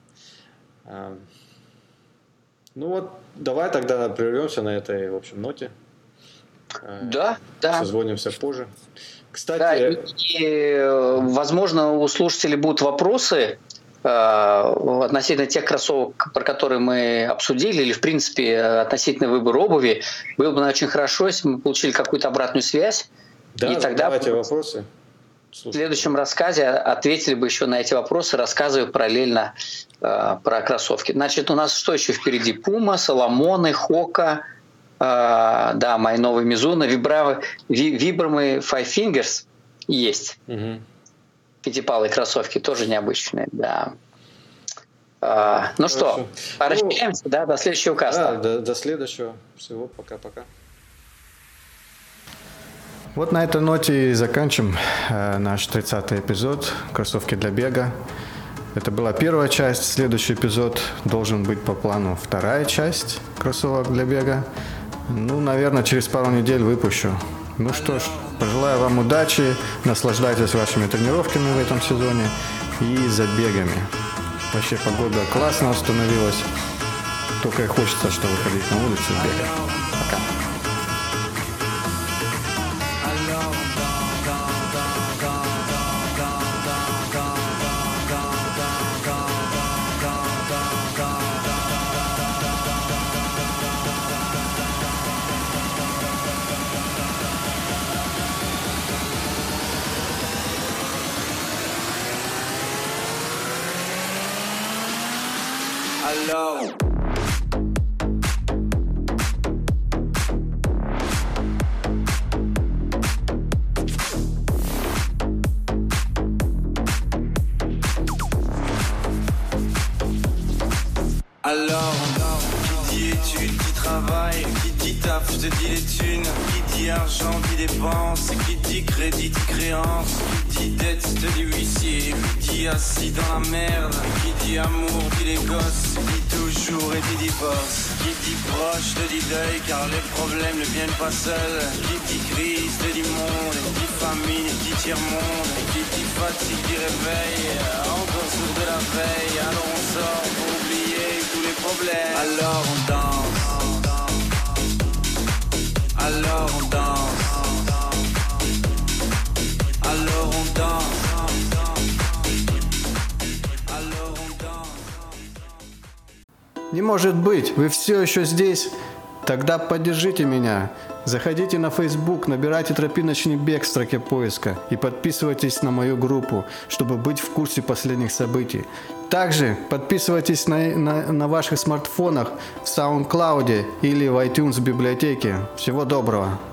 Ну вот, давай тогда прервемся на этой, в общем, ноте. Да. Созвонимся позже. Кстати... Да, и, возможно, у слушателей будут вопросы относительно тех кроссовок, про которые мы обсудили, или, в принципе, относительно выбора обуви. Было бы очень хорошо, если бы мы получили какую-то обратную связь. Да, и тогда задавайте вопросы. В следующем рассказе ответили бы еще на эти вопросы, рассказывая параллельно про кроссовки. Значит, у нас что еще впереди? Puma, Соломоны, Hoka, да, мои новые Mizuno, Vibram Five Fingers есть. Угу. Пятипалые кроссовки, тоже необычные, да. Ну что, расщепляемся, да, до следующего каста. Да, до следующего. Всего, пока-пока. Вот на этой ноте и заканчиваем наш 30-й эпизод «Кроссовки для бега». Это была первая часть. Следующий эпизод должен быть по плану вторая часть «Кроссовок для бега». Ну, наверное, через пару недель выпущу. Ну что ж, пожелаю вам удачи, наслаждайтесь вашими тренировками в этом сезоне и забегами. Вообще погода классно установилась. Только и хочется, что выходить на улицу и бегать. Пока. Alors qui dit études, qui travaille, qui dit taf, je te dis les thunes, qui dit argent, dit dépense, qui dit crédit, dit créance, qui dit dette, te dit huissier, qui dit assis dans la merde, qui dit amour, dit les gosses, qui dit toujours et dit divorce, qui dit proche, te dit deuil, car les problèmes ne viennent pas seuls, qui dit crise, te dit monde, qui dit famine, dit tiers-monde, qui dit fatigue, dit réveil, encore sourd de la veille, alors on sort pour oublier tous les problèmes. Alors on danse, alors on danse, alors on danse, alors on danse. Не может быть, вы все еще здесь? Тогда поддержите меня. Заходите на Facebook, набирайте «Тропиночный бег» в строке поиска и подписывайтесь на мою группу, чтобы быть в курсе последних событий. Также подписывайтесь на ваших смартфонах в SoundCloud или в iTunes библиотеке. Всего доброго!